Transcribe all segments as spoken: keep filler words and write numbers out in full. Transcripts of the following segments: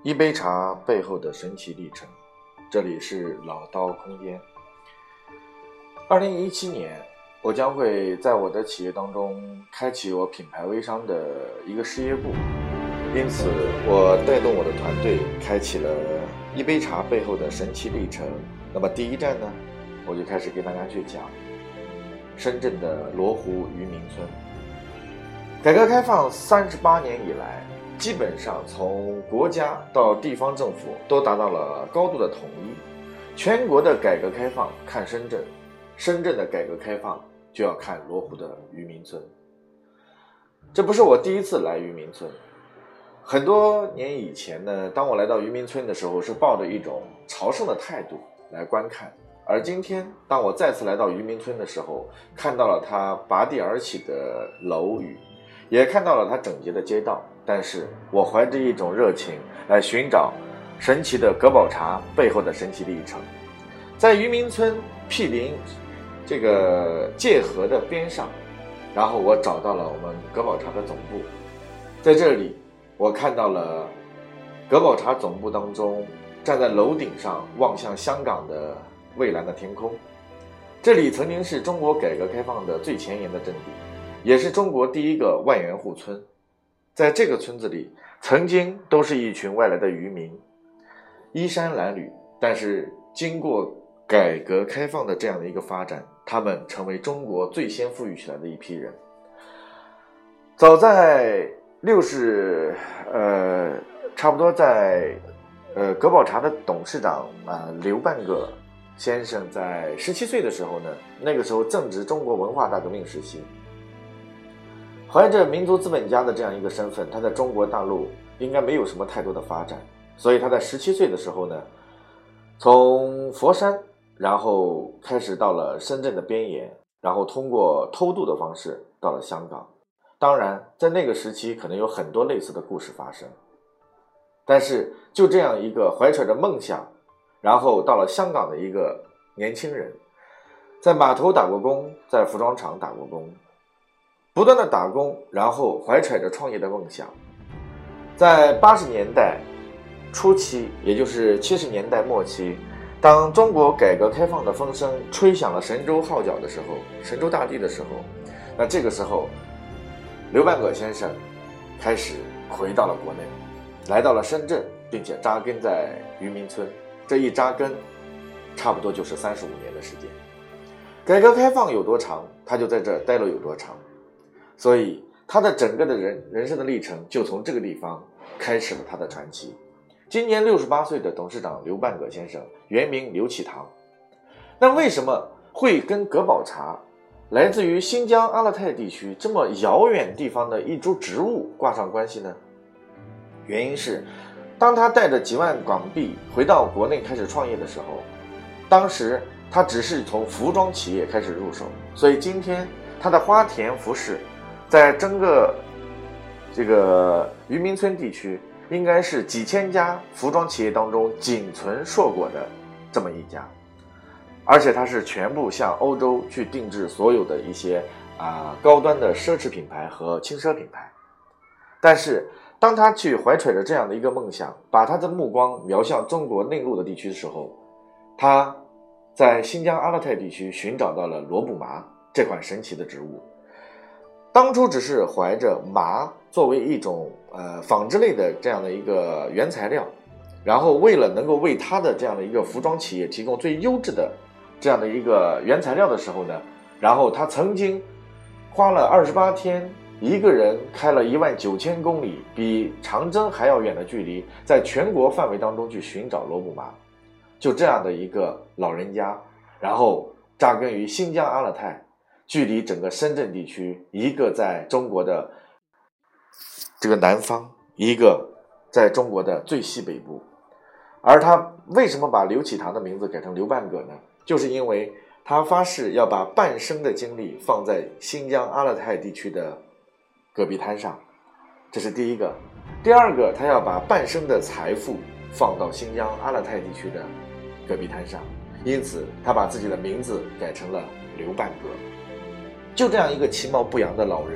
一杯茶背后的神奇历程。这里是老刀空间。二零一七年，我将会在我的企业当中开启我品牌微商的一个事业部，因此我带动我的团队开启了一杯茶背后的神奇历程。那么第一站呢，我就开始给大家去讲深圳的罗湖渔民村。改革开放三十八年以来，基本上从国家到地方政府都达到了高度的统一。全国的改革开放看深圳，深圳的改革开放就要看罗湖的渔民村。这不是我第一次来渔民村，很多年以前呢，当我来到渔民村的时候，是抱着一种朝圣的态度来观看。而今天当我再次来到渔民村的时候，看到了它拔地而起的楼宇，也看到了它整洁的街道，但是我怀着一种热情来寻找神奇的葛宝茶背后的神奇历程。在渔民村毗邻这个界河的边上，然后我找到了我们葛宝茶的总部。在这里我看到了葛宝茶总部当中站在楼顶上望向香港的蔚蓝的天空。这里曾经是中国改革开放的最前沿的阵地，也是中国第一个万元户村。在这个村子里，曾经都是一群外来的渔民，衣衫褴褛，但是经过改革开放的这样的一个发展，他们成为中国最先富裕起来的一批人。早在六十呃差不多在呃葛宝茶的董事长啊、呃、刘半个先生在十七岁的时候呢，那个时候正值中国文化大革命时期，怀着民族资本家的这样一个身份，他在中国大陆应该没有什么太多的发展，所以他在十七岁的时候呢，从佛山然后开始到了深圳的边沿，然后通过偷渡的方式到了香港。当然在那个时期可能有很多类似的故事发生，但是就这样一个怀揣着梦想然后到了香港的一个年轻人，在码头打过工，在服装厂打过工，不断的打工，然后怀揣着创业的梦想。在八十年代初期，也就是七十年代末期，当中国改革开放的风声吹响了神州号角的时候，神州大地的时候，那这个时候刘半个先生开始回到了国内，来到了深圳，并且扎根在渔民村。这一扎根差不多就是三十五年的时间。改革开放有多长，他就在这待了有多长，所以他的整个的人人生的历程就从这个地方开始了他的传奇。今年六十八岁的董事长刘半个先生，原名刘启堂。那为什么会跟葛宝茶来自于新疆阿勒泰地区这么遥远地方的一株植物挂上关系呢？原因是当他带着几万港币回到国内开始创业的时候，当时他只是从服装企业开始入手，所以今天他的花田服饰在整个这个渔民村地区应该是几千家服装企业当中仅存硕果的这么一家，而且它是全部向欧洲去定制所有的一些啊、呃、高端的奢侈品牌和轻奢品牌。但是当他去怀揣着这样的一个梦想，把他的目光瞄向中国内陆的地区的时候，他在新疆阿勒泰地区寻找到了罗布麻这款神奇的植物。当初只是怀着麻作为一种呃纺织类的这样的一个原材料，然后为了能够为他的这样的一个服装企业提供最优质的这样的一个原材料的时候呢，然后他曾经花了二十八天，一个人开了一万九千公里，比长征还要远的距离，在全国范围当中去寻找罗布麻。就这样的一个老人家，然后扎根于新疆阿勒泰，距离整个深圳地区，一个在中国的这个南方，一个在中国的最西北部。而他为什么把刘启堂的名字改成刘半个呢？就是因为他发誓要把半生的精力放在新疆阿勒泰地区的戈壁滩上，这是第一个。第二个，他要把半生的财富放到新疆阿勒泰地区的戈壁滩上，因此他把自己的名字改成了刘半个。就这样一个其貌不扬的老人，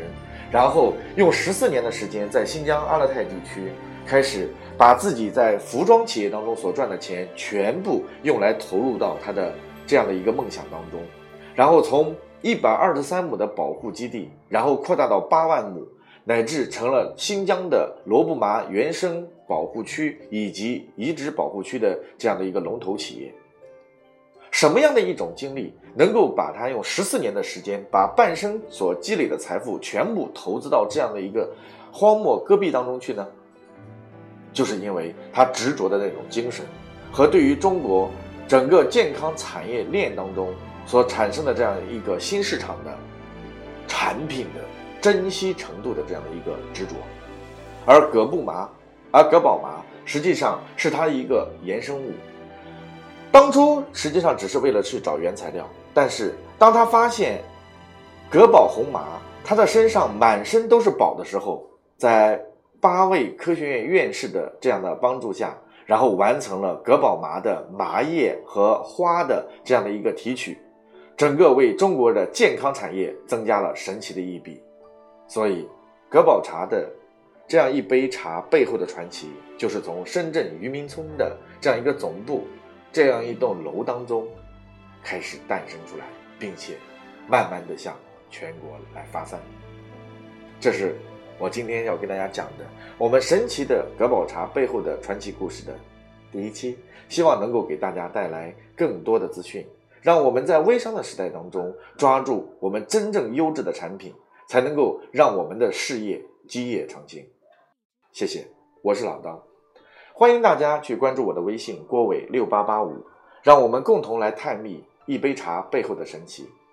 然后用十四年的时间在新疆阿勒泰地区开始把自己在服装企业当中所赚的钱全部用来投入到他的这样的一个梦想当中，然后从一百二十三亩的保护基地，然后扩大到八万亩，乃至成了新疆的罗布麻原生保护区以及遗址保护区的这样的一个龙头企业。什么样的一种经历能够把他用十四年的时间把半生所积累的财富全部投资到这样的一个荒漠戈壁当中去呢？就是因为他执着的那种精神和对于中国整个健康产业链当中所产生的这样一个新市场的产品的珍惜程度的这样的一个执着。而葛布麻而葛宝麻实际上是它一个衍生物，当初实际上只是为了去找原材料，但是当他发现葛宝红麻他的身上满身都是宝的时候，在八位科学院院士的这样的帮助下，然后完成了葛宝麻的麻叶和花的这样的一个提取，整个为中国的健康产业增加了神奇的一笔。所以葛宝茶的这样一杯茶背后的传奇，就是从深圳渔民村的这样一个总部这样一栋楼当中开始诞生出来，并且慢慢的向全国来发散。这是我今天要跟大家讲的我们神奇的葛宝茶背后的传奇故事的第一期，希望能够给大家带来更多的资讯，让我们在微商的时代当中抓住我们真正优质的产品，才能够让我们的事业基业成精。谢谢，我是老刀，欢迎大家去关注我的微信郭伟六八八五，让我们共同来探秘一杯茶背后的神奇。